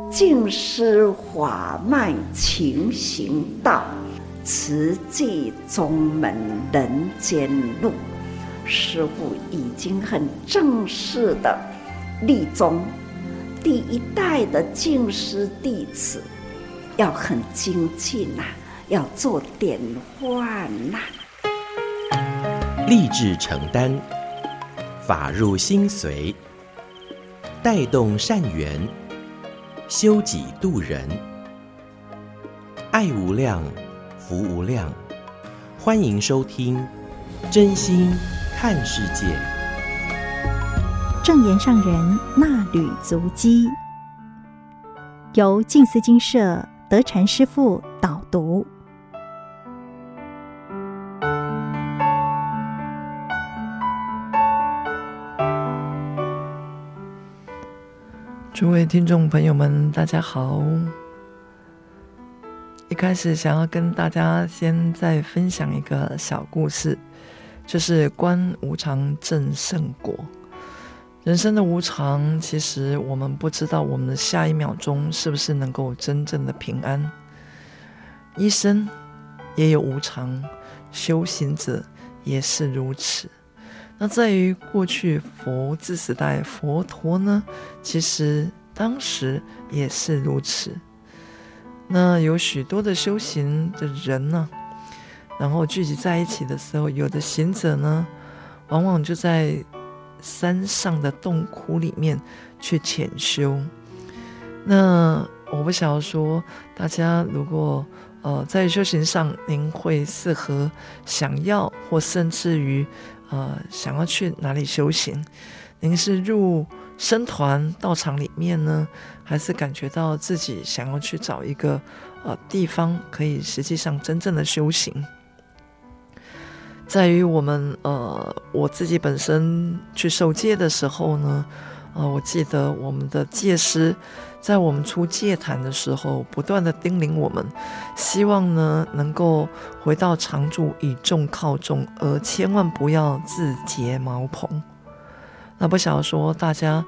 尽施法脉勤行道，慈济宗门人间路。师父已经很正式的立宗，第一代的净师弟子要很精进啊，要做典范呐。 立志承担，法入心随，带动善缘，修己度人，爱无量，福无量。欢迎收听真心看世界。 正言上人那履足迹，由静思精舍德禅师父导读。 诸位听众朋友们，大家好。一开始想要跟大家先再分享一个小故事，就是观无常正胜果。人生的无常，其实我们不知道我们的下一秒钟是不是能够真正的平安。医生也有无常，修行者也是如此。那在于过去佛治时代，佛陀呢，其实当时也是如此。那有许多的修行的人呢，然后聚集在一起的时候，有的行者呢，往往就在山上的洞窟里面去潜修。那我不晓得说，大家如果在修行上，您会适合想要或甚至于想要去哪里修行？您是入僧团道场里面呢，还是感觉到自己想要去找一个地方可以实际上真正的修行？在于我们我自己本身去受戒的时候呢，我记得我们的戒师在我们出戒坛的时候，不断的叮咛我们，希望呢能够回到常住，以众靠众，而千万不要自结茅棚。那不晓得说大家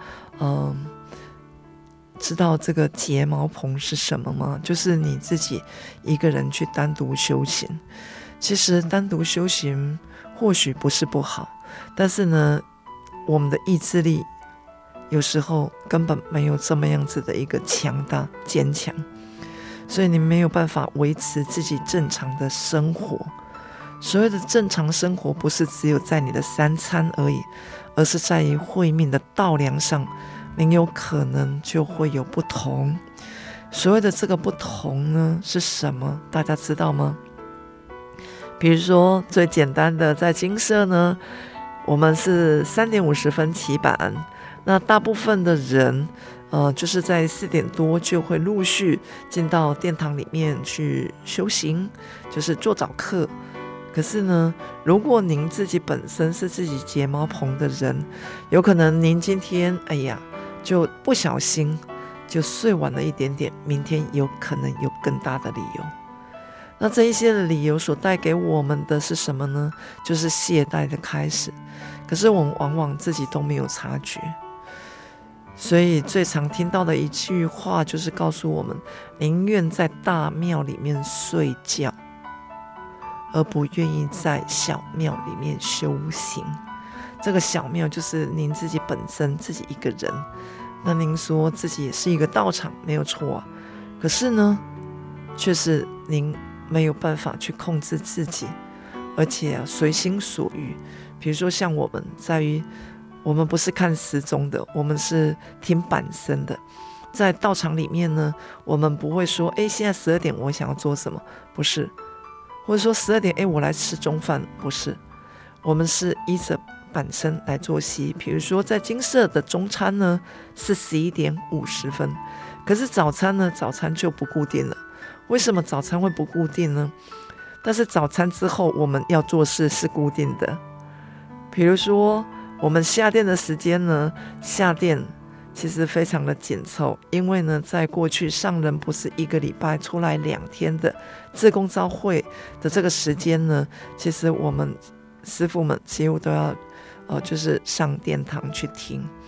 知道这个结茅棚是什么吗？就是你自己一个人去单独修行。其实单独修行或许不是不好，但是呢，我们的意志力有时候根本没有这么样子的一个强大坚强，所以你没有办法维持自己正常的生活。所谓的正常生活，不是只有在你的三餐而已，而是在于慧命的道量上，您有可能就会有不同。所谓的这个不同呢，是什么？大家知道吗？比如说最简单的，在精舍呢，我们是3点50分起板，那大部分的人就是在4点多就会陆续进到殿堂里面去修行，就是做早课。可是呢，如果您自己本身是自己结茅棚的人，有可能您今天就不小心就睡晚了一点点，明天有可能有更大的理由。那这一些的理由所带给我们的是什么呢？就是懈怠的开始。可是我们往往自己都没有察觉。所以最常听到的一句话就是告诉我们，宁愿在大庙里面睡觉，而不愿意在小庙里面修行。这个小庙就是您自己本身自己一个人，那您说自己也是一个道场没有错啊，可是呢，却是您没有办法去控制自己，而且随心所欲。比如说像我们在于，我们不是看时钟的，我们是听板声的。在道场里面呢，我们不会说现在12点我想要做什么，不是，或者说12点我来吃中饭，不是，我们是依着板声来作息。比如说在精舍的中餐呢是11点50分，可是早餐呢，早餐就不固定了。为什么早餐会不固定呢？但是早餐之后我们要做事是固定的。比如说我们下殿的时间呢，下殿其实非常的紧凑，因为呢，在过去上人不是1个礼拜出来2天的志工朝会的这个时间呢，其实我们师父们几乎都要就是上殿堂去听。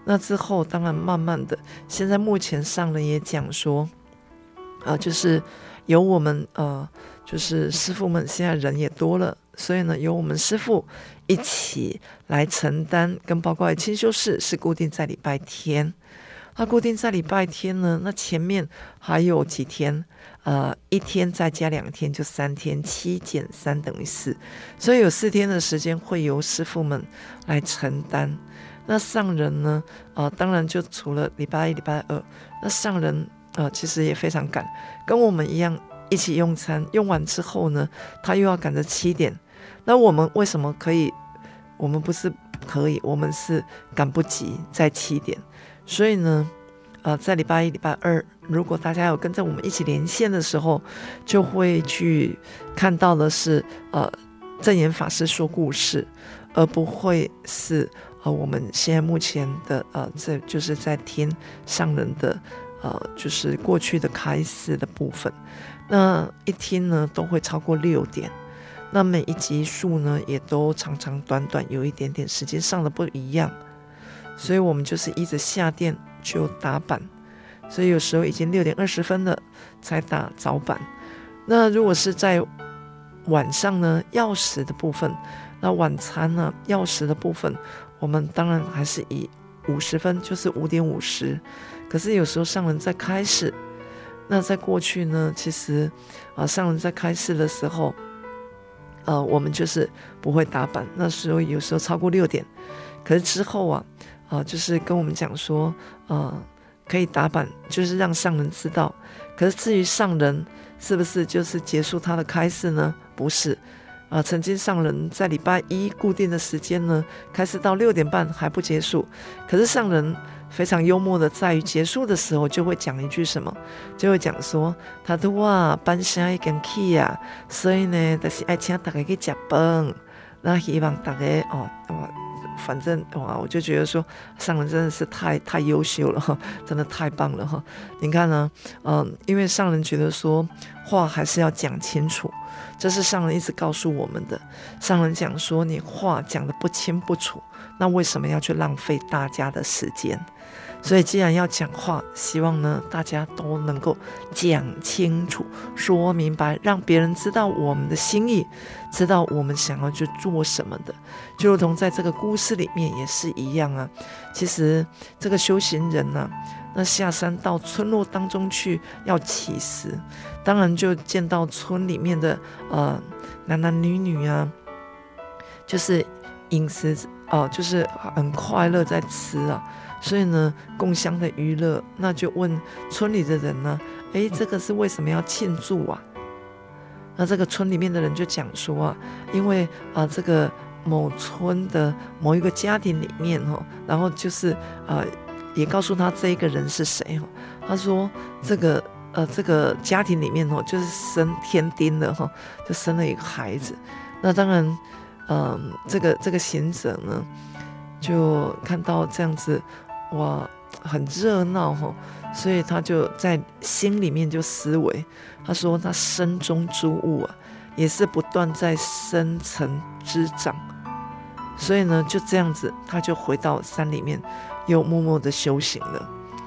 那之后当然慢慢的，现在目前上人也讲说，就是由我们就是师父们现在人也多了，所以呢由我们师父一起来承担，跟包括清修室是固定在礼拜天。那固定在礼拜天呢，那前面还有几天，1天再加2天就3天，7减3等于4，所以有4天的时间会由师父们来承担。那上人呢，当然就除了礼拜1、礼拜2，那上人其实也非常赶，跟我们一样一起用餐，用完之后呢，他又要赶着7点。那我们为什么可以？我们不是可以，我们是赶不及在7点。所以呢，在礼拜1、礼拜2，如果大家有跟着我们一起连线的时候，就会去看到的是证严法师说故事，而不会是我们现在目前的这就是在听上人的就是过去的开示的部分。那一听呢都会超过6点，那每一集数呢也都长长短短，有一点点时间上的不一样，所以我们就是依着下殿就打板，所以有时候已经6点20分了才打早板。那如果是在晚上呢，药食的部分，那晚餐呢药食的部分，我们当然还是以50分，就是5点50。可是有时候上人在开示，那在过去呢，其实上人在开示的时候，我们就是不会打板，那时候有时候超过6点。可是之后就是跟我们讲说，可以打板，就是让上人知道。可是至于上人是不是就是结束他的开示呢？不是。曾经上人在礼拜1固定的时间呢，开始到6点半还不结束。可是上人非常幽默的，在于结束的时候就会讲一句什么，就会讲说，他的话班声已经起啊，所以呢，就是爱请大家去吃饭，那希望大家反正我就觉得说上人真的是太优秀了，真的太棒了哈！你看呢，因为上人觉得说话还是要讲清楚，这是上人一直告诉我们的。上人讲说，你话讲得不清不楚，那为什么要去浪费大家的时间？所以既然要讲话，希望呢大家都能够讲清楚，说明白，让别人知道我们的心意，知道我们想要去做什么的。就如同在这个故事里面也是一样啊。其实这个修行人呢，那下山到村落当中去要乞食，当然就见到村里面的男男女女啊，就是饮食就是很快乐在吃啊。所以呢，共襄的娱乐，那就问村里的人呢，这个是为什么要庆祝啊？那这个村里面的人就讲说因为这个某村的某一个家庭里面然后就是也告诉他这一个人是谁他说这个家庭里面就是生天丁的就生了一个孩子。那当然这个行者呢就看到这样子，哇，很热闹所以他就在心里面就思维，他说他身中诸物也是不断在生成滋长，所以呢就这样子他就回到山里面又默默的修行了。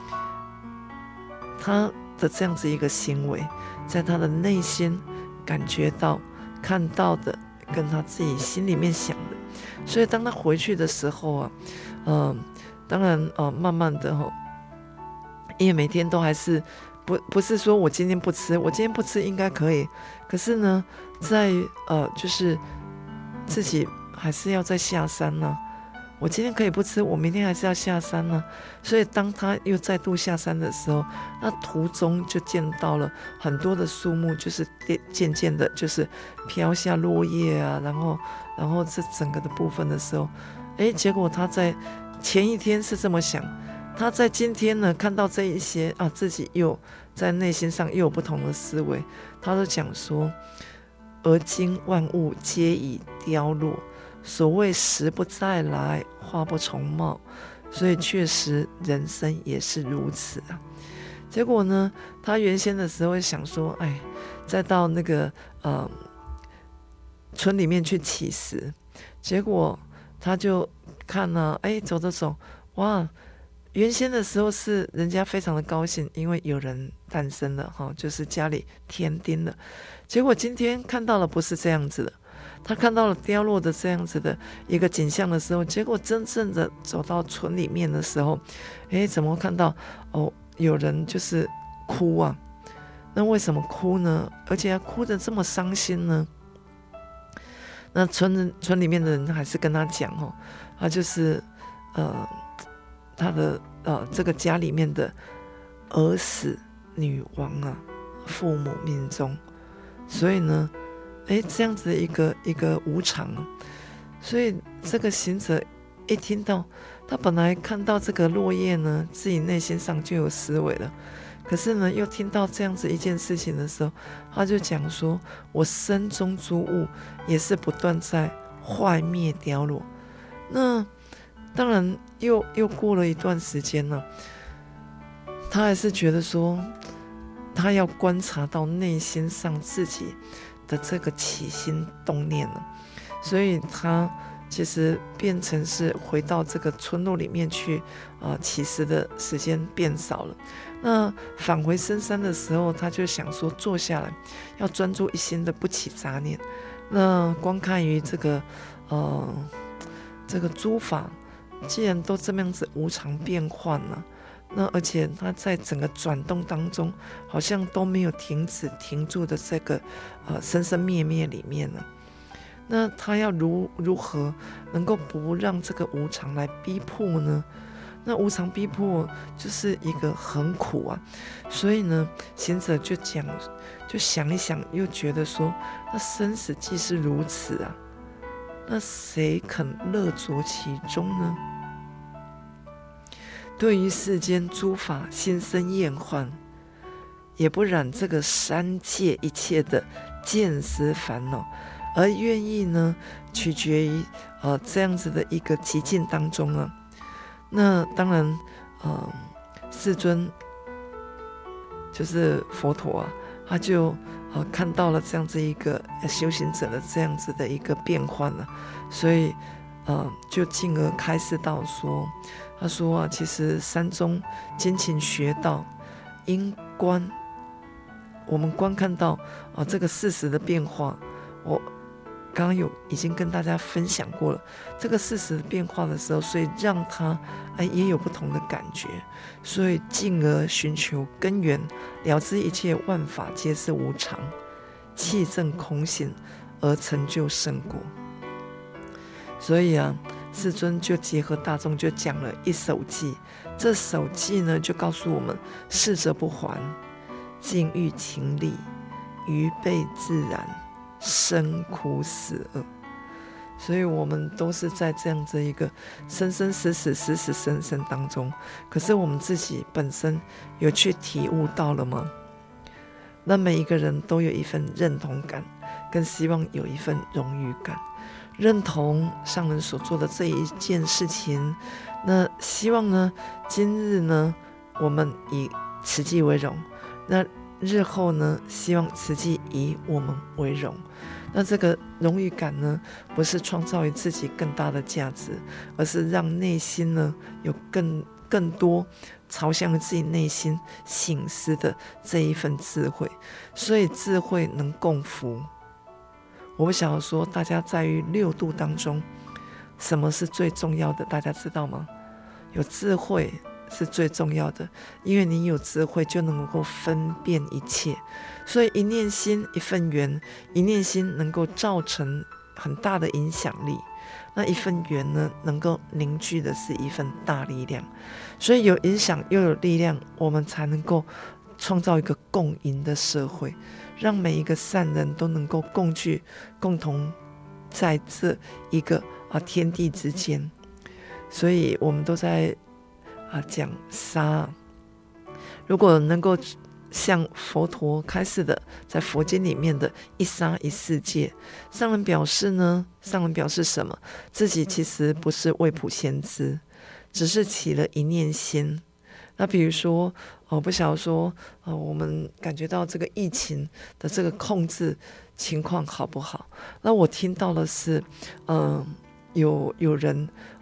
他的这样子一个行为，在他的内心感觉到看到的跟他自己心里面想的，所以当他回去的时候当然慢慢的因为每天都还是不是说我今天不吃，我今天不吃应该可以，可是呢在就是自己还是要再下山呢我今天可以不吃，我明天还是要下山呢所以当他又再度下山的时候，那途中就见到了很多的树木，就是渐渐的就是飘下落叶然后这整个的部分的时候，结果他在前一天是这么想，他在今天呢看到这一些自己又在内心上又有不同的思维，他就讲说，而今万物皆已凋落，所谓时不再来，花不重茂，所以确实人生也是如此结果呢，他原先的时候想说，再到那个村里面去乞食，结果他就看走，哇， 原先的时候是人家非常的高兴，因为有人诞生了就是家里添丁了。结果今天看到了不是这样子的，他看到了凋落的这样子的一个景象的时候，结果真正的走到村里面的时候，怎么看到有人就是哭啊？那为什么哭呢？而且哭得这么伤心呢？那村里面的人还是跟他讲他就是他的这个家里面的儿死女亡啊，父母命终，所以呢这样子的一个无常，所以这个行者一听到，他本来看到这个落叶呢，自己内心上就有思维了，可是呢又听到这样子一件事情的时候，他就讲说，我身中诸物也是不断在坏灭凋落。那当然又过了一段时间了，他还是觉得说他要观察到内心上自己的这个起心动念了，所以他其实变成是回到这个村落里面去起食的时间变少了。那返回深山的时候，他就想说坐下来要专注一心的不起杂念，那观看于这个诸法既然都这么样子无常变幻了，那而且它在整个转动当中好像都没有停止停住的这个生生灭灭里面了，那他要如何能够不让这个无常来逼迫呢？那无常逼迫就是一个很苦啊，所以呢行者就想一想，又觉得说那生死既是如此啊，那谁肯乐着其中呢？对于世间诸法心生厌患，也不染这个三界一切的见思烦恼，而愿意呢取决于这样子的一个极境当中啊。那当然世尊就是佛陀啊，他就看到了这样子一个修行者的这样子的一个变幻了，所以就进而开示到说，他说啊，其实山中精勤学道，因我们观看到这个事实的变化，我刚刚已经跟大家分享过了这个事实的变化的时候，所以让他也有不同的感觉，所以进而寻求根源，了知一切万法皆是无常，契证空性而成就圣果。所以世尊就结合大众，就讲了一首偈，这首偈呢就告诉我们，逝者不还，境遇情理，愚悖自然，生哭死厄。所以我们都是在这样子一个生生死死死死生生当中，可是我们自己本身有去体悟到了吗？那每一个人都有一份认同感，更希望有一份荣誉感，认同上人所做的这一件事情，那希望呢今日呢我们以慈济为荣，那日后呢希望慈济以我们为荣。那这个荣誉感呢，不是创造于自己更大的价值，而是让内心呢有更多朝向自己内心省思的这一份智慧，所以智慧能共福。我不想要说大家在于六度当中，什么是最重要的？大家知道吗？有智慧是最重要的，因为你有智慧就能够分辨一切，所以一念心一份缘，一念心能够造成很大的影响力，那一份缘呢能够凝聚的是一份大力量，所以有影响又有力量，我们才能够创造一个共赢的社会，让每一个善人都能够共聚，共同在这一个天地之间。所以我们都在讲杀，如果能够像佛陀开示的，在佛经里面的一杀一世界，上人表示什么？自己其实不是未卜先知，只是起了一念心。那比如说不晓得说我们感觉到这个疫情的这个控制情况好不好？那我听到的是有人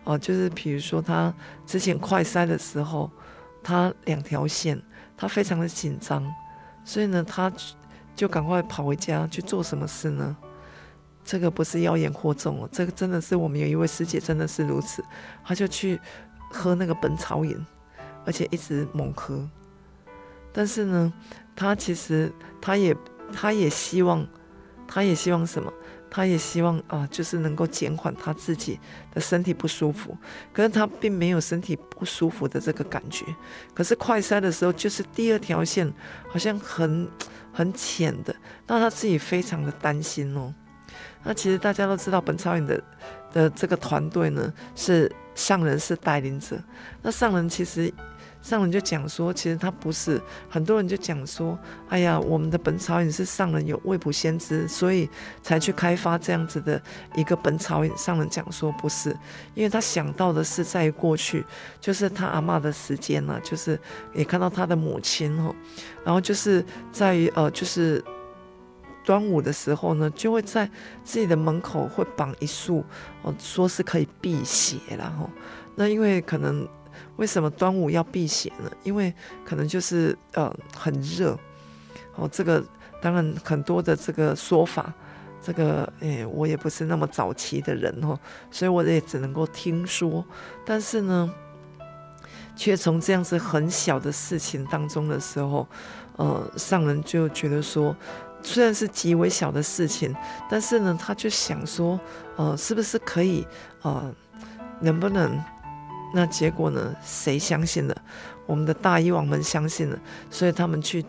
就是比如说他之前快筛的时候，他2条线，他非常的紧张，所以呢，他就赶快跑回家去做什么事呢？这个不是妖言惑众哦，这个真的是我们有一位师姐真的是如此，她就去喝那个本草饮，而且一直猛喝。但是呢，她其实她也希望什么？她也希望就是能够减缓她自己的身体不舒服。可是她并没有身体不舒服的这个感觉。可是快筛的时候，就是第2条线好像很浅的，那她自己非常的担心哦。那其实大家都知道，本草饮的这个团队呢，是上人是带领者。那上人就讲说，其实他不是，很多人就讲说，哎呀，我们的本草饮是上人有未卜先知，所以才去开发这样子的一个本草饮。上人讲说不是，因为他想到的是在过去，就是他阿嬷的时间啊，就是也看到他的母亲哦，然后就是在于就是端午的时候呢，就会在自己的门口会绑一束说是可以辟邪啦吼。那因为可能为什么端午要辟邪呢？因为可能就是很热这个当然很多的这个说法，这个我也不是那么早期的人所以我也只能够听说。但是呢，却从这样子很小的事情当中的时候，上人就觉得说，虽然是极为小的事情，但是呢，他就想说，是不是可以，能不能？那结果呢？谁相信了？我们的大医王们相信了，所以他们去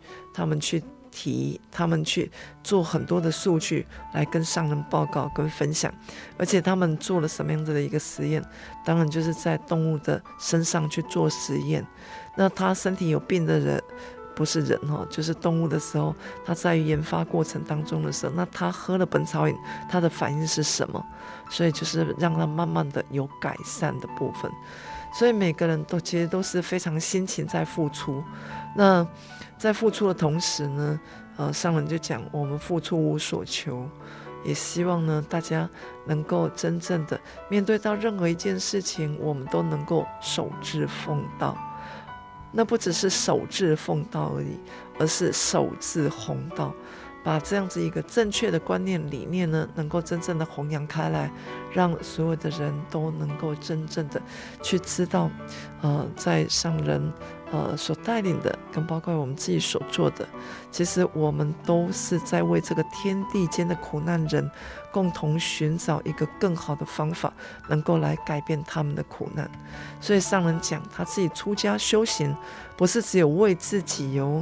做很多的数据来跟上人报告跟分享，而且他们做了什么样子的一个实验？当然就是在动物的身上去做实验。那他身体有病的人，不是人就是动物的时候，他在于研发过程当中的时候，那他喝了本草饮，他的反应是什么？所以就是让他慢慢的有改善的部分。所以每个人其实都是非常辛勤在付出。那在付出的同时呢，上人就讲我们付出无所求，也希望呢大家能够真正的面对到任何一件事情，我们都能够守志奉道。那不只是守志奉道而已，而是守志弘道，把这样子一个正确的观念理念呢，能够真正的弘扬开来，让所有的人都能够真正的去知道，在上人所带领的，跟包括我们自己所做的，其实我们都是在为这个天地间的苦难人共同寻找一个更好的方法，能够来改变他们的苦难。所以上人讲他自己出家修行，不是只有为自己哦。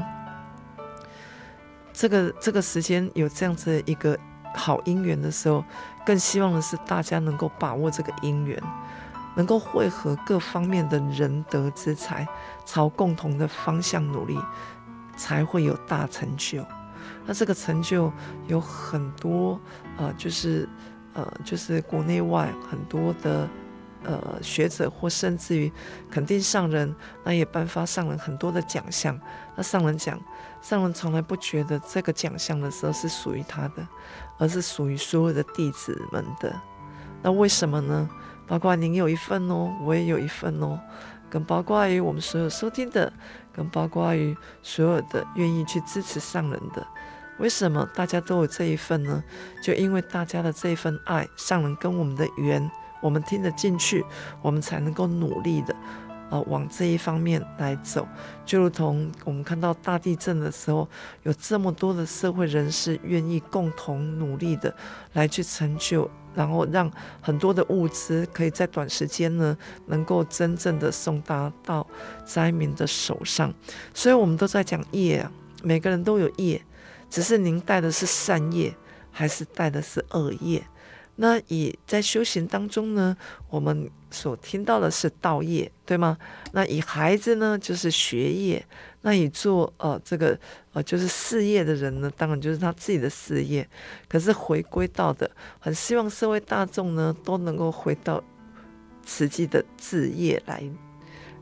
这个时间有这样子一个好因缘的时候，更希望的是大家能够把握这个因缘，能够汇合各方面的仁德之才，朝共同的方向努力，才会有大成就。那这个成就有很多就是国内外很多的学者或甚至于肯定上人，那也颁发上人很多的奖项。那上人讲，上人从来不觉得这个奖项的时候是属于他的，而是属于所有的弟子们的。那为什么呢？包括您有一份哦，我也有一份哦，跟包括于我们所有收听的，跟包括于所有的愿意去支持上人的。为什么大家都有这一份呢？就因为大家的这一份爱，上人跟我们的缘，我们听得进去，我们才能够努力的往这一方面来走。就如同我们看到大地震的时候，有这么多的社会人士愿意共同努力的来去成就，然后让很多的物资可以在短时间呢能够真正的送达到灾民的手上。所以我们都在讲业啊，每个人都有业，只是您带的是善业还是带的是恶业。那在修行当中呢，我们所听到的是道业，对吗？那以孩子呢就是学业，那以做就是事业的人呢，当然就是他自己的事业。可是回归到的，很希望社会大众呢都能够回到实际的志业来，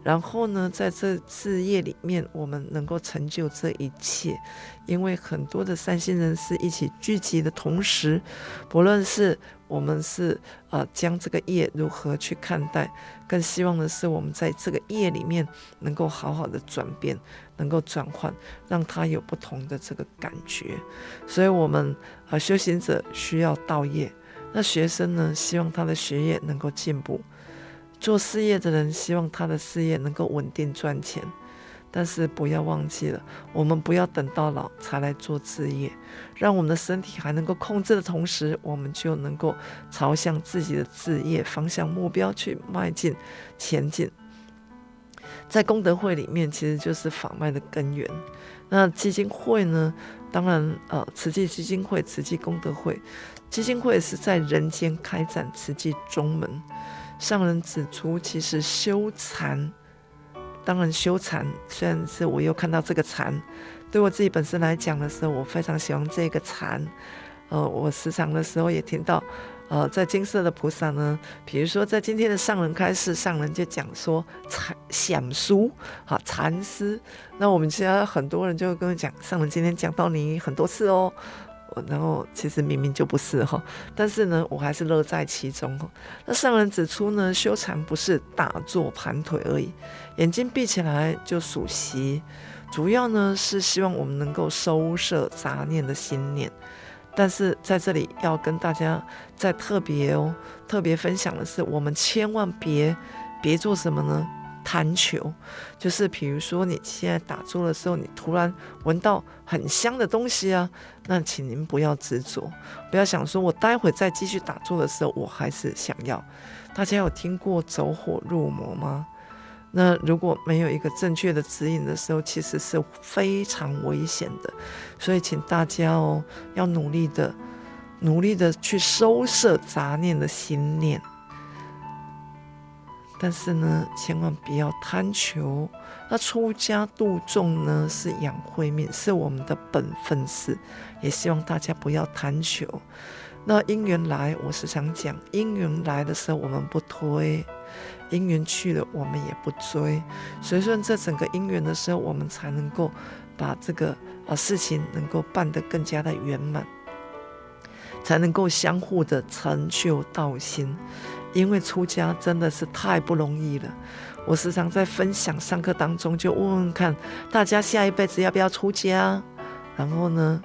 然后呢，在这事业里面，我们能够成就这一切，因为很多的善心人士一起聚集的同时，不论是我们是将这个业如何去看待，更希望的是我们在这个业里面能够好好的转变，能够转换，让它有不同的这个感觉。所以我们修行者需要道业，那学生呢，希望他的学业能够进步，做事业的人希望他的事业能够稳定赚钱。但是不要忘记了，我们不要等到老才来做事业，让我们的身体还能够控制的同时，我们就能够朝向自己的事业方向目标去迈进前进。在功德会里面，其实就是法脉的根源。那基金会呢，当然慈济基金会、慈济功德会，基金会是在人间开展慈济中门。上人指出，其实修禅，当然修禅，虽然是我又看到这个禅，对我自己本身来讲的时候，我非常喜欢这个禅。我时常的时候也听到在金色的菩萨呢，比如说在今天的上人开示，上人就讲说想书禅师，那我们现在很多人就会跟我讲，上人今天讲到你很多次哦，然后其实明明就不是但是呢我还是乐在其中那上人指出呢，修禅不是打坐盘腿而已，眼睛闭起来就数息，主要呢是希望我们能够收摄杂念的心念。但是在这里要跟大家再特别分享的是，我们千万别做什么呢？贪求。就是比如说你现在打坐的时候，你突然闻到很香的东西啊，那请您不要执着，不要想说我待会再继续打坐的时候我还是想要。大家有听过走火入魔吗？那如果没有一个正确的指引的时候，其实是非常危险的。所以请大家要努力的去收摄杂念的心念。但是呢，千万不要贪求。那出家度众呢，是养慧命，是我们的本分事，也希望大家不要贪求。那因缘来，我时常讲，因缘来的时候我们不推，因缘去了我们也不追，随顺这整个因缘的时候，我们才能够把这个事情能够办得更加的圆满，才能够相互的成就道心。因为出家真的是太不容易了，我时常在分享上课当中就问问看大家下一辈子要不要出家，然后呢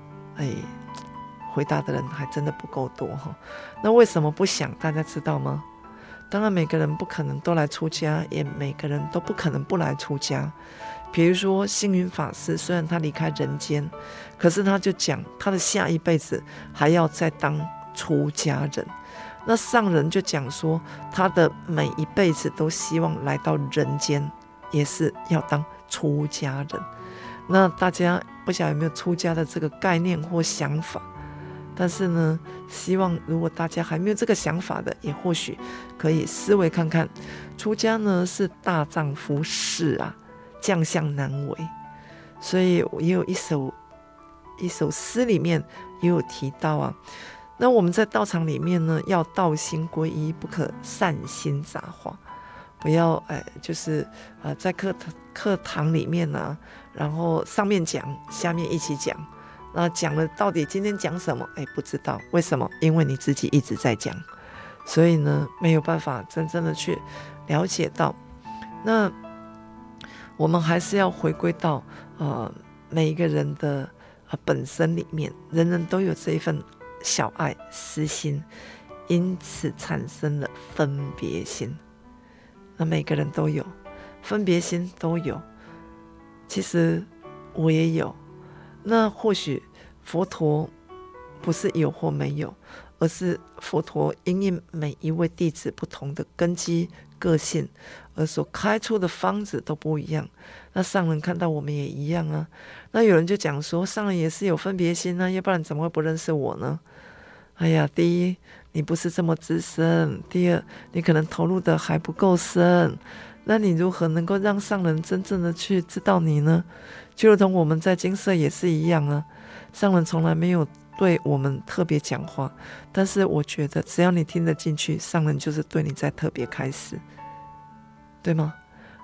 回答的人还真的不够多那为什么不想？大家知道吗？当然每个人不可能都来出家，也每个人都不可能不来出家。比如说星云法师，虽然他离开人间，可是他就讲他的下一辈子还要再当出家人。那上人就讲说，他的每一辈子都希望来到人间，也是要当出家人。那大家不晓得有没有出家的这个概念或想法？但是呢，希望如果大家还没有这个想法的，也或许可以思维看看，出家呢是大丈夫事啊，将相难为。所以也有一首诗里面也有提到啊，那我们在道场里面呢，要道心归一，不可善心杂化。不要就是在课堂里面啊，然后上面讲，下面一起讲。那讲了到底今天讲什么？不知道。为什么？因为你自己一直在讲，所以呢没有办法真正的去了解到。那我们还是要回归到每一个人的本身里面，人人都有这一份小爱私心，因此产生了分别心。那每个人都有分别心，都有，其实我也有。那或许佛陀不是有或没有，而是佛陀因应每一位弟子不同的根基个性而所开出的方子都不一样。那上人看到我们也一样啊。那有人就讲说，上人也是有分别心啊，要不然怎么会不认识我呢？第一，你不是这么资深；第二，你可能投入的还不够深。那你如何能够让上人真正的去知道你呢？就如同我们在金色也是一样啊，上人从来没有对我们特别讲话，但是我觉得只要你听得进去，上人就是对你在特别开示，对吗？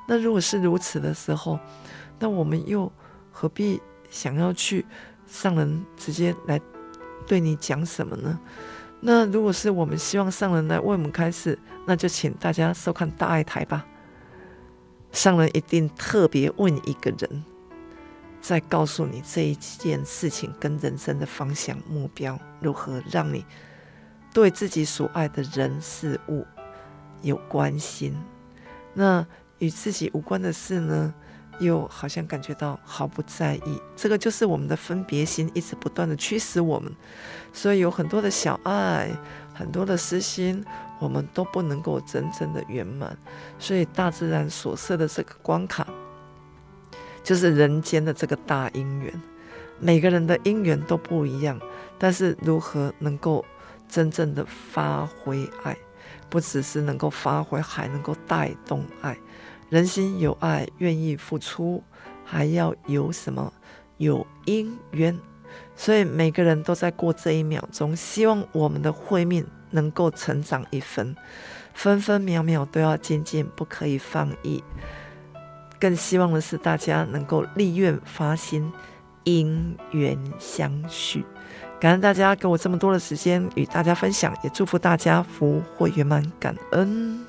那如果是如此的时候，那我们又何必想要去上人直接来对你讲什么呢？那如果是我们希望上人来为我们开示，那就请大家收看大爱台吧。上人一定特别问一个人，再告诉你这一件事情跟人生的方向目标如何让你对自己所爱的人事物有关心，那与自己无关的事呢，又好像感觉到毫不在意。这个就是我们的分别心一直不断的驱使我们，所以有很多的小爱，很多的私心，我们都不能够真正的圆满。所以大自然所设的这个关卡，就是人间的这个大因缘。每个人的因缘都不一样，但是如何能够真正的发挥爱，不只是能够发挥，还能够带动爱。人心有爱，愿意付出，还要有什么？有因缘。所以每个人都在过这一秒钟，希望我们的慧命能够成长一分，分分秒秒都要精进，不可以放逸。更希望的是大家能够立愿发心，因缘相续。感恩大家给我这么多的时间与大家分享，也祝福大家福慧圆满，感恩。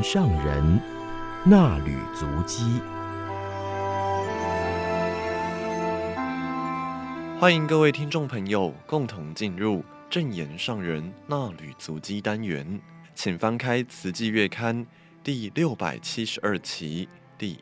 上人那履足迹。欢迎各位听众朋友共同进入正言上人那履足迹单元，请翻开《慈济月刊》第672期第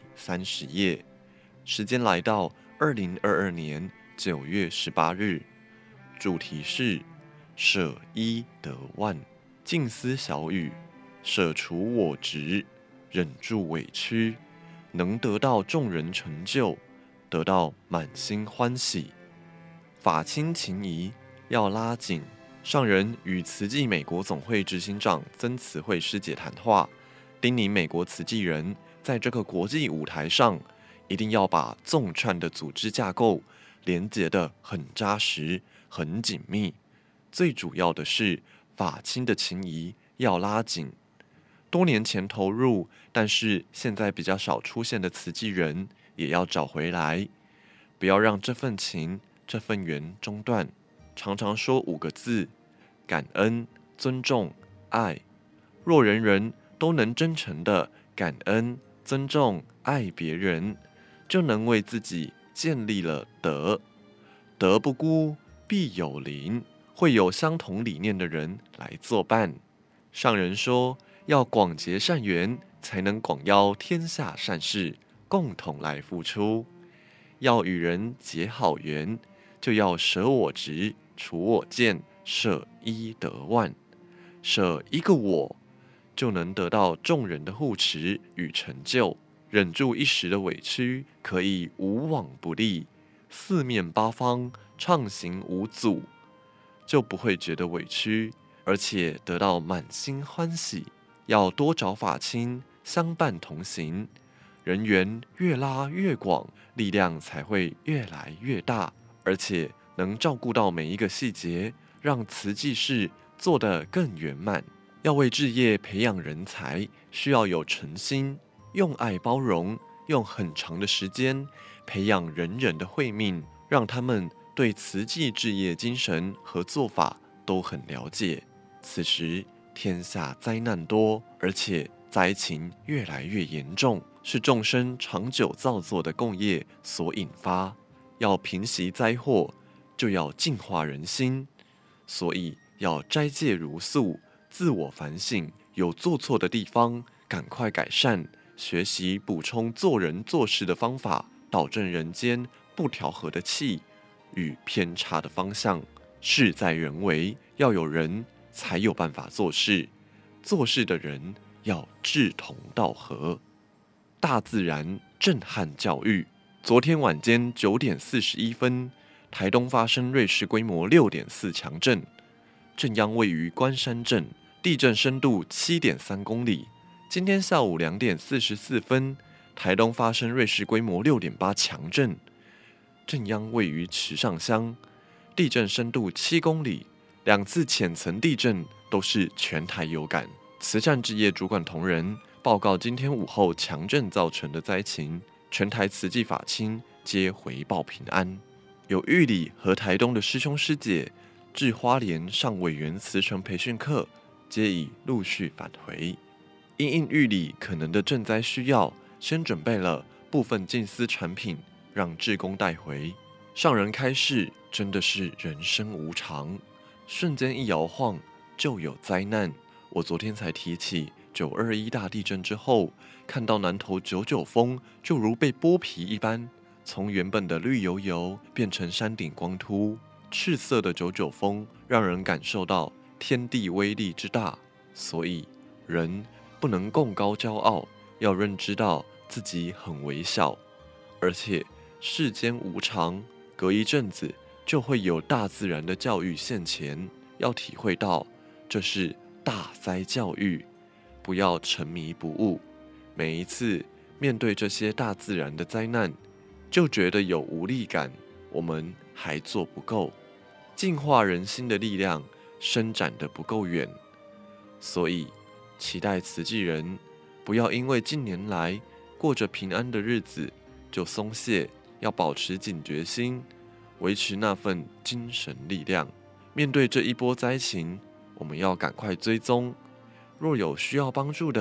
130页。时间来到2022年9月18日，主题是舍一得万，静思小语，舍除我执，忍住委屈，能得到众人成就，得到满心欢喜。法亲情谊要拉紧。上人与慈济美国总会执行长曾慈慧师姐谈话，叮咛美国慈济人在这个国际舞台上，一定要把纵串的组织架构连结得很扎实、很紧密。最主要的是法亲的情谊要拉紧。多年前投入，但是现在比较少出现的慈济人，也要找回来，不要让这份情、这份缘中断。常常说5个字：感恩、尊重、爱。若人人都能真诚的感恩、尊重、爱别人，就能为自己建立了德。德不孤，必有邻，会有相同理念的人来作伴。上人说，要广结善缘，才能广邀天下善事，共同来付出。要与人结好缘，就要舍我执，除我见，舍一得万。舍一个我，就能得到众人的护持与成就。忍住一时的委屈，可以无往不利，四面八方畅行无阻，就不会觉得委屈，而且得到满心欢喜。要多找法亲相伴同行，人缘越拉越广，力量才会越来越大，而且能照顾到每一个细节，让慈济事做得更圆满。要为志业培养人才，需要有诚心，用爱包容，用很长的时间培养人人的慧命，让他们对慈济志业精神和做法都很了解。此时天下灾难多，而且灾情越来越严重，是众生长久造作的共业所引发。要平息灾祸，就要净化人心，所以要斋戒如素，自我反省，有做错的地方赶快改善，学习补充做人做事的方法，导正人间不调和的气与偏差的方向。事在人为，要有人才有办法做事，做事的人要志同道合。大自然震撼教育。昨天晚间9点41分，台东发生瑞士规模6.4强震，震央位于关山镇，地震深度7.3公里。今天下午2点44分，台东发生瑞士规模6.8强震，震央位于池上乡，地震深度7公里。2次浅层地震都是全台有感。慈善志业主管同仁报告今天午后强震造成的灾情，全台慈济法亲皆回报平安。有玉里和台东的师兄师姐至花莲上委员慈诚培训课，皆已陆续返回。因应玉里可能的赈灾需要，先准备了部分净思产品让志工带回。上人开示，真的是人生无常，瞬间一摇晃就有灾难。我昨天才提起921大地震之后，看到南投99峰就如被剥皮一般，从原本的绿油油变成山顶光秃赤色的99峰，让人感受到天地威力之大。所以人不能共高骄傲，要认知到自己很微小，而且世间无常，隔一阵子就会有大自然的教育现前，要体会到这是大灾教育，不要沉迷不悟。每一次面对这些大自然的灾难，就觉得有无力感，我们还做不够，净化人心的力量伸展得不够远。所以期待慈济人不要因为近年来过着平安的日子就松懈，要保持警觉心，维持那份精神力量。面对这一波灾情，我们要赶快追踪，若有需要帮助的，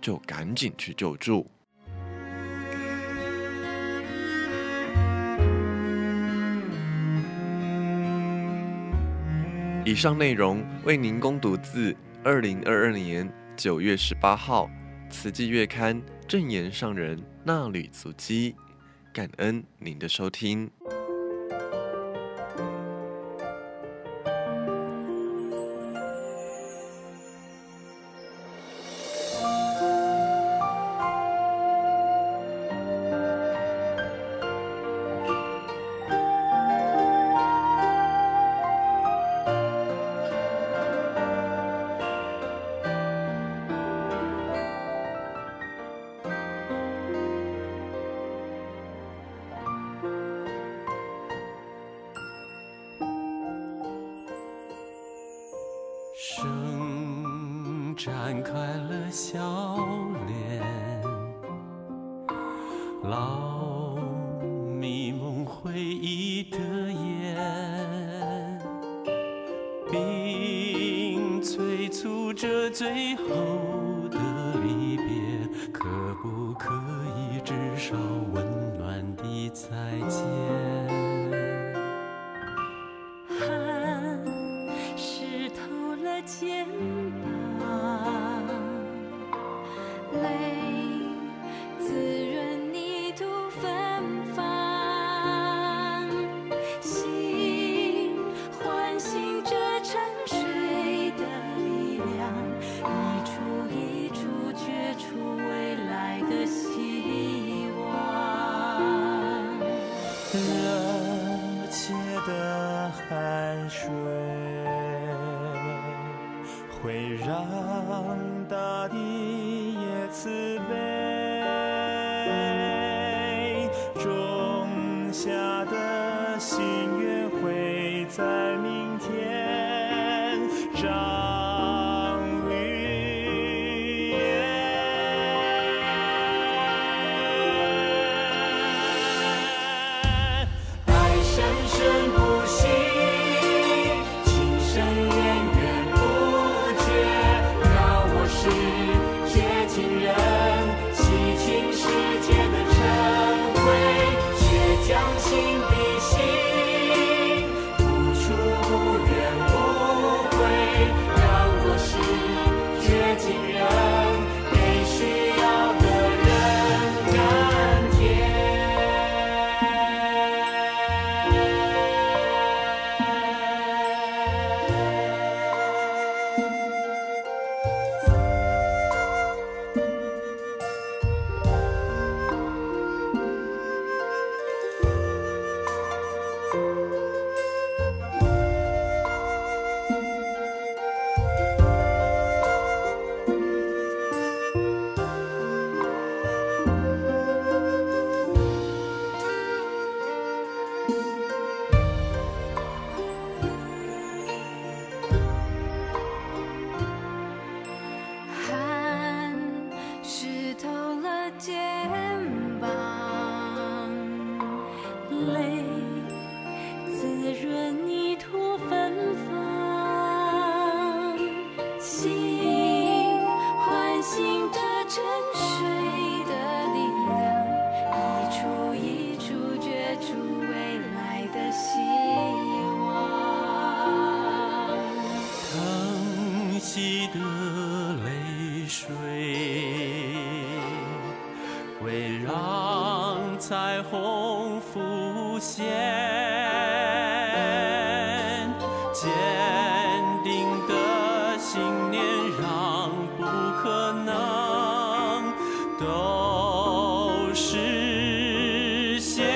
就赶紧去救助。以上内容为您攻读自2022年9月18号慈济月刊正言上人那履足迹，感恩您的收听。 生展开了笑脸，老迷蒙回忆的眼，并催促着最后的离别，可不可以至少温暖的再见？肩膀，泪滋润泥土芬芳，心唤醒着沉睡的力量，一处一处掘出未来的希望。热切的汗水会让大地也慈悲，种下的心愿会在明天长绿叶。爱生生不息，情深渊源不绝，是绝情人，洗清世界的尘灰，却将心比心，付出无怨无悔。让我是绝情人，给需要的人甘甜。彩虹浮现，坚定的信念让不可能都实现。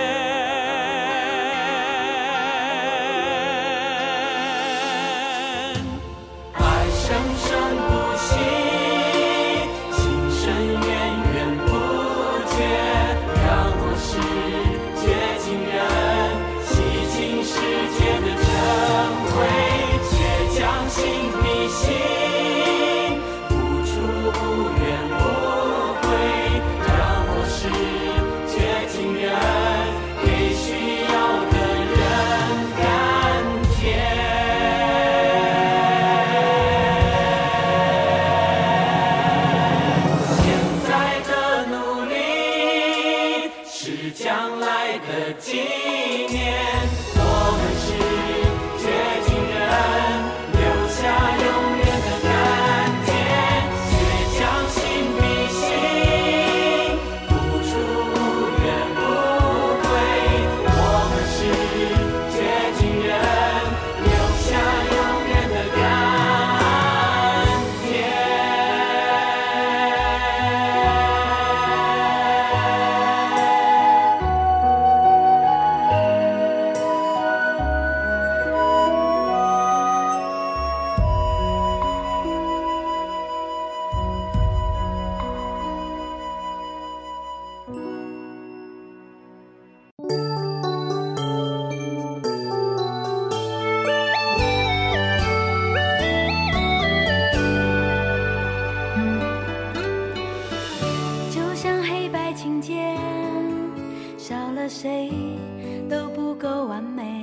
爱生生不息，情深渊源不绝。让我是绝情人，洗的纪念。我们是掘金人，留下永远的甘甜，倔强心比心，付出无怨不悔。我们是掘金人，留下永远的甘甜。 就像黑白琴键，少了谁都不够完美。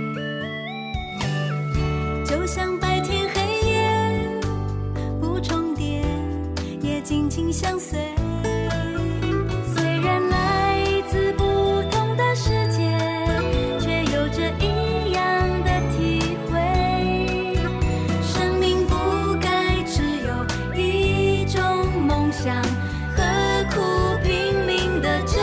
就像白天黑夜，不重叠，也紧紧相随。虽然来自不同的世界，却有着一样的体会。生命不该只有一种梦想，何苦拼命地追？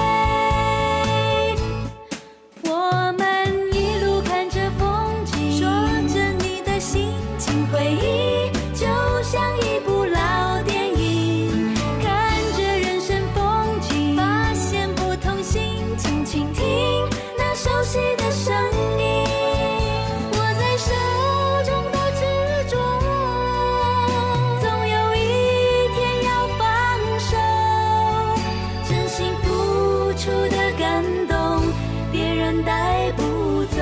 我们一路看着风景，说着你的心情，回忆就像一部老电影，看着人生风景，发现不同心情，倾听那熟悉的声音，握在手中的执着，总有一天要放手，真心付出的感动，别人带不走。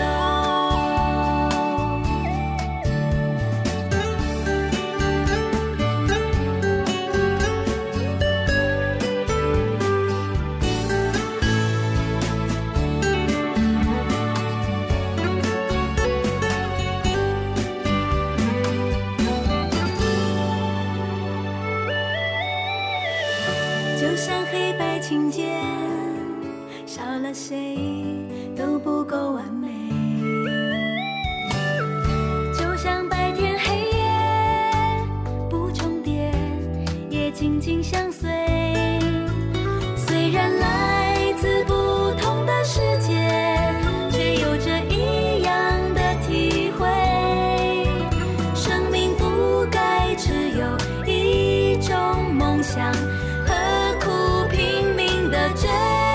就像黑白琴键，少了谁都不够完美。就像白天黑夜，不重叠，也紧紧相随。虽然来自不同的世界，却有着一样的体会。生命不该只有一种梦想，何苦拼命地追？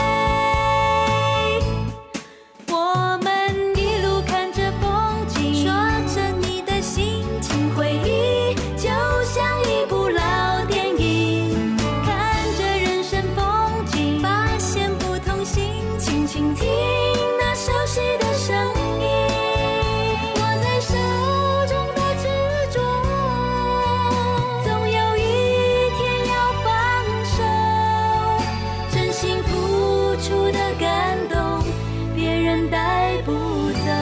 我们一路看着风景，说着你的心情，回忆就像一部老电影，看着人生风景，发现不同心情，倾听那熟悉的声音，握在手中的执着，总有一天要放手，真心付出的感动，别人带不走。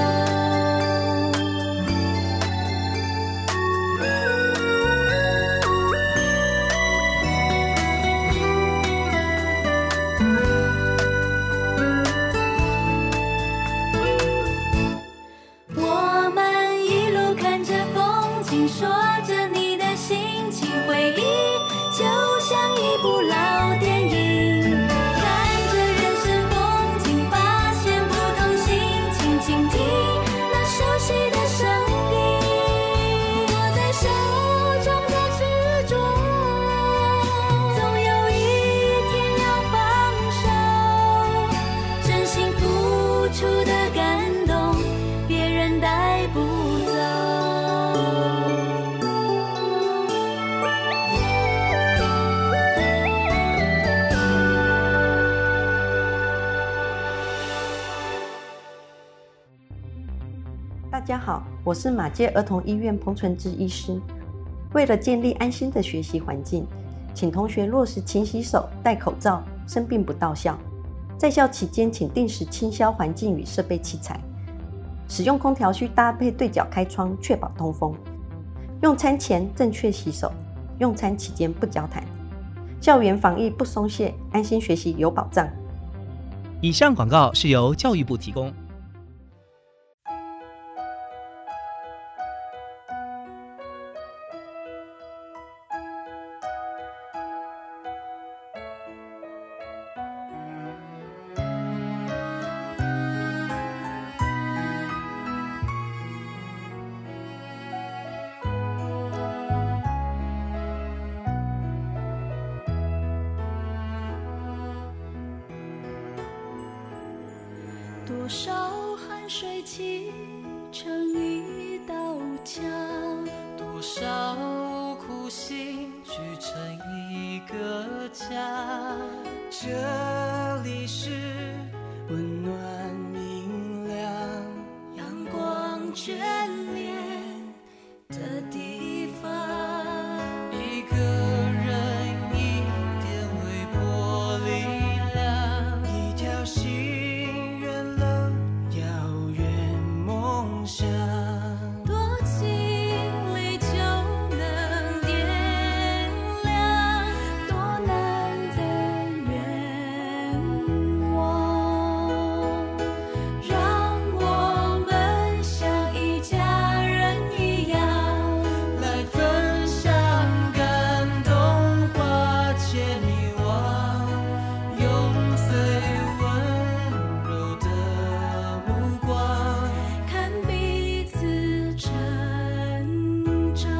我们一路看着风景，说着你的心情，回忆就像一部老电影，看着人生风景，发现不同心情，倾听那熟悉的声音，握在手中的执着，总有一天要放手，真心付出的感动，别人带不走。 大家好，我是马偕儿童医院彭纯芝医师。为了建立安心的学习环境，请同学落实勤洗手、戴口罩，生病不到校。在校期间，请定时清消环境与设备器材。使用空调需搭配对角开窗，确保通风。用餐前正确洗手，用餐期间不交谈。校园防疫不松懈，安心学习有保障。 以上广告是由教育部提供。 多少汗水砌成一道墙， 多少苦心聚成一个家。这里是温暖明亮、阳光眷恋的地方。一个人一点微薄力量，一条心圆了遥远梦想。 多经历就能点亮多难的愿望，让我们像一家人一样来分享感动，化解迷惘，用最温柔的目光看彼此成长，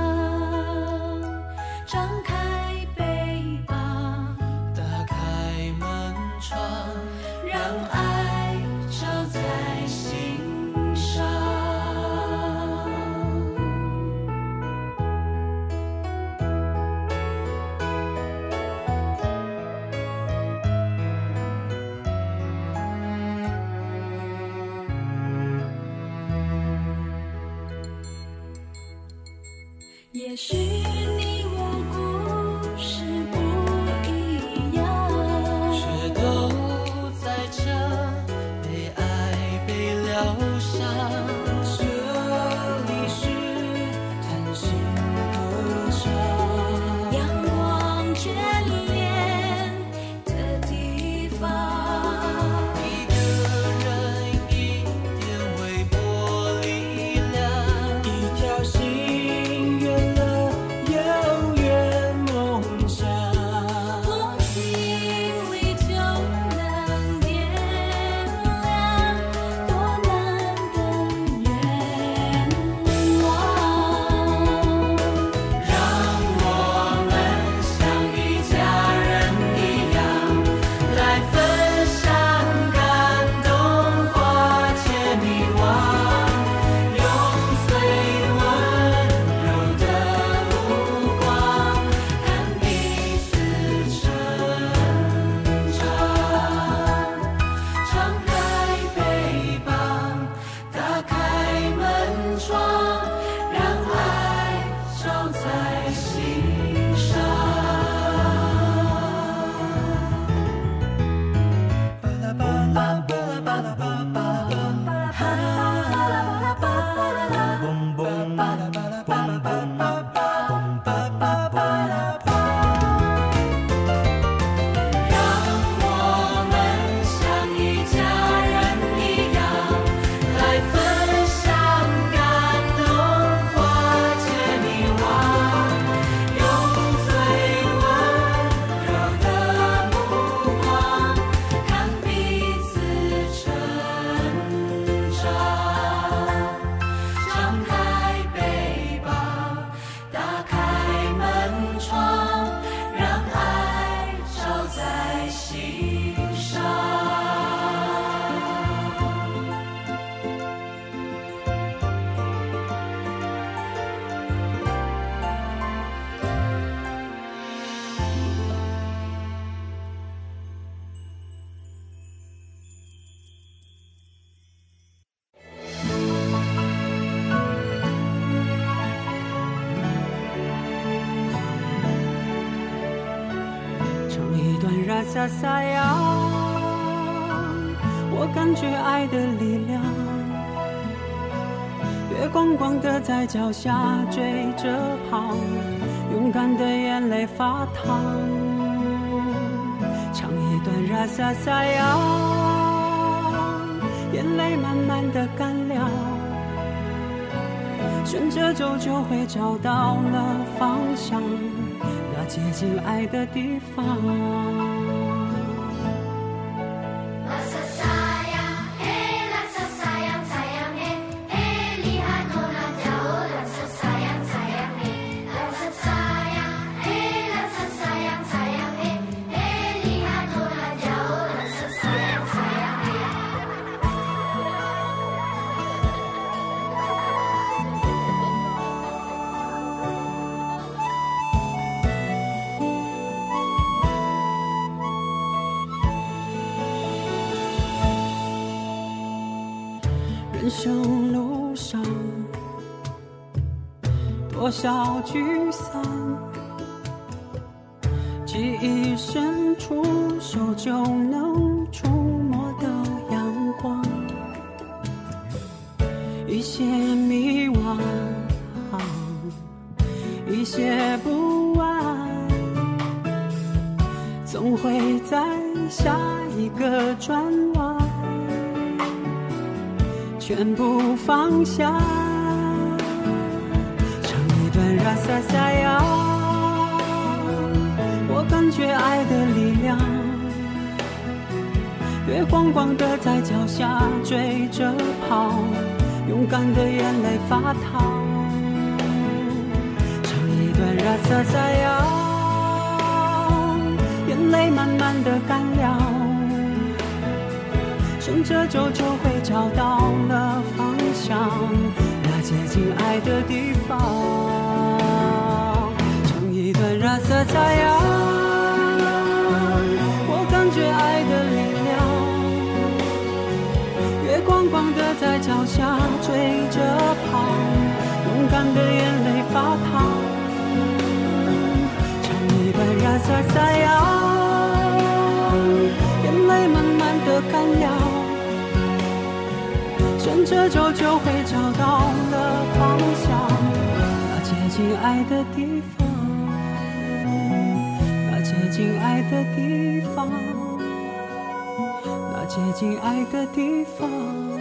张开臂膀， 打开门窗，让爱照在心上。 也许你我故事不一样， 却都在这被爱被疗伤。这里是谈心歌唱， 阳光眷恋的地方。 一个人一点微薄力量，一条心圆了遥远梦想。 多经历就能点亮多难的愿望， 让我们像一家人一样，来分享感动，化解迷惘，用最温柔的目光看彼此成长。张开臂膀，打开门窗，让爱照在心上。巴拉巴拉巴拉巴拉巴拉巴拉巴拉巴拉巴拉嘣嘣巴拉巴拉巴拉巴拉嘣巴巴巴拉巴。让我们像一家人一样，来分享感动，化解迷惘，用最温柔的目光看彼此成长。张开臂膀，打开门窗，让爱照在心上。 唱一段拉萨萨呀，我感觉爱的力量。月光光的在脚下追着跑，勇敢的眼泪发烫。唱一段拉萨萨呀， 眼泪慢慢的干了，顺着走就会找到了方向，那接近爱的地方。人生路上多少聚散，记忆深处手就能触摸到阳光，一些迷惘，一些不安，总会在下一个转弯全部放下，唱一段拉萨萨呀，我感觉爱的力量，月光光的在脚下追着跑，勇敢的眼泪发烫，唱一段拉萨萨呀，眼泪慢慢的干了，顺着走就会找到了方向，那接近爱的地方，唱一段拉萨萨呀，我感觉爱的力量，月光光的在脚下追着跑，勇敢的眼泪发烫，唱一段拉萨萨呀，眼泪慢慢的干了，顺着走就会找到了方向，那接近爱的地方，那接近爱的地方，那接近爱的地方。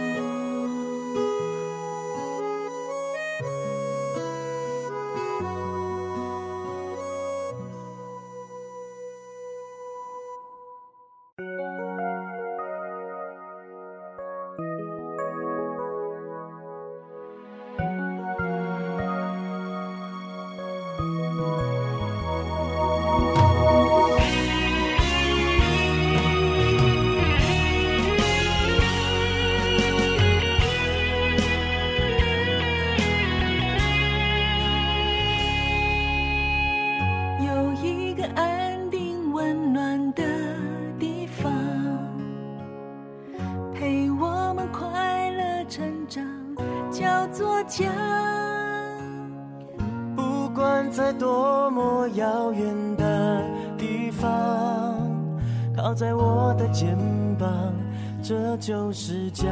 不管在多么遥远的地方，靠在我的肩膀，这就是家。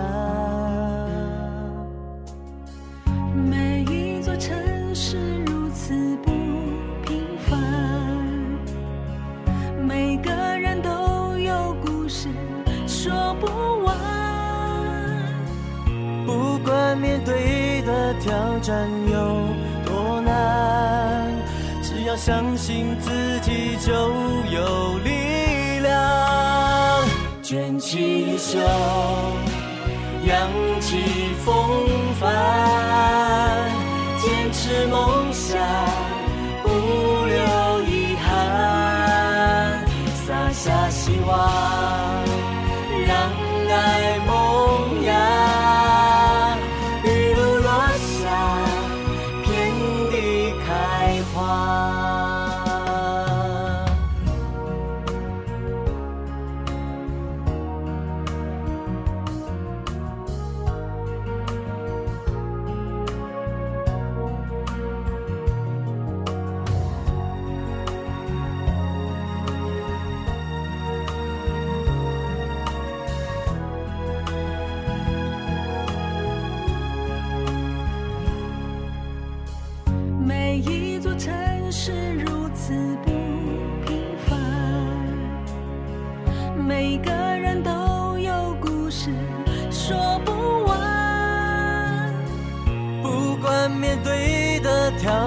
每一座城市如此不平凡，每个人都有故事说不完。 不管面对的挑战有多难，只要相信自己就有力量。卷起袖，扬起风帆，坚持梦想，不留遗憾，洒下希望，让爱萌芽，雨露落下，遍地开花。 每一座城市如此不平凡，每个人都有故事说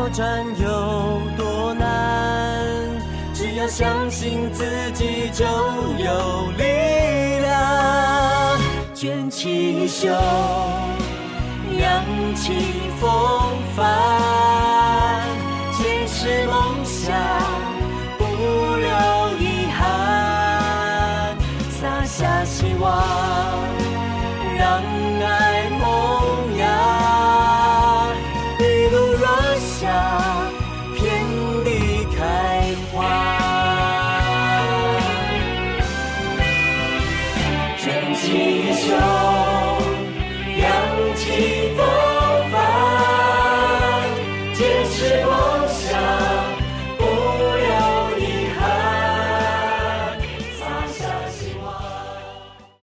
转有多难，只要相信自己就有力量。卷起袖，扬起风帆，坚持梦想，不留遗憾，洒下希望，让爱萌芽，一路落下，遍地开花。卷起袖，